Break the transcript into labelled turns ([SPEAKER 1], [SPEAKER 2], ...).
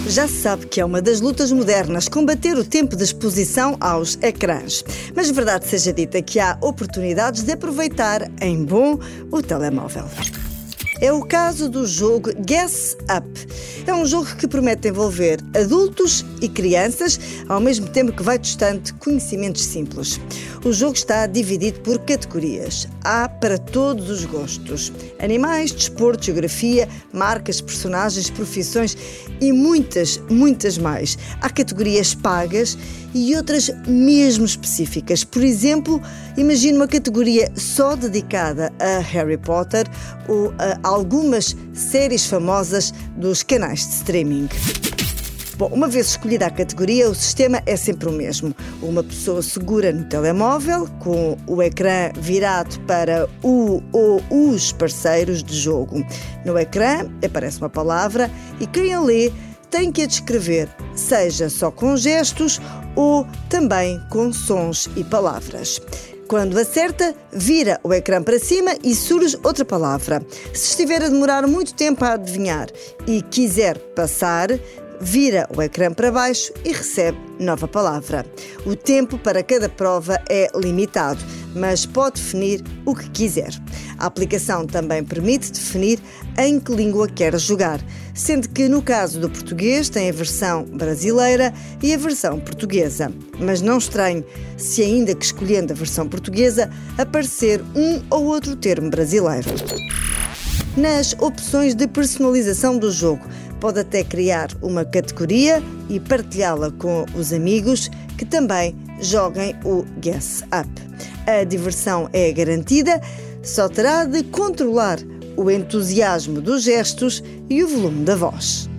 [SPEAKER 1] Já se sabe que é uma das lutas modernas combater o tempo de exposição aos ecrãs. Mas verdade seja dita que há oportunidades de aproveitar em bom o telemóvel. É o caso do jogo Guess Up. É um jogo que promete envolver adultos e crianças, ao mesmo tempo que vai testando conhecimentos simples. O jogo está dividido por categorias. Há para todos os gostos. Animais, desporto, geografia, marcas, personagens, profissões e muitas mais. Há categorias pagas e outras mesmo específicas. Por exemplo, imagine uma categoria só dedicada a Harry Potter ou a algumas séries famosas dos canais de streaming. Bom, uma vez escolhida a categoria, o sistema é sempre o mesmo. Uma pessoa segura no telemóvel, com o ecrã virado para o ou os parceiros de jogo. No ecrã aparece uma palavra e quem a lê tem que a descrever, seja só com gestos ou também com sons e palavras. Quando acerta, vira o ecrã para cima e surge outra palavra. Se estiver a demorar muito tempo a adivinhar e quiser passar, vira o ecrã para baixo e recebe nova palavra. O tempo para cada prova é limitado, mas pode definir o que quiser. A aplicação também permite definir em que língua quer jogar, sendo que no caso do português tem a versão brasileira e a versão portuguesa. Mas não estranhe se ainda que escolhendo a versão portuguesa aparecer um ou outro termo brasileiro. Nas opções de personalização do jogo, pode até criar uma categoria e partilhá-la com os amigos que também joguem o Guess Up. A diversão é garantida, só terá de controlar o entusiasmo dos gestos e o volume da voz.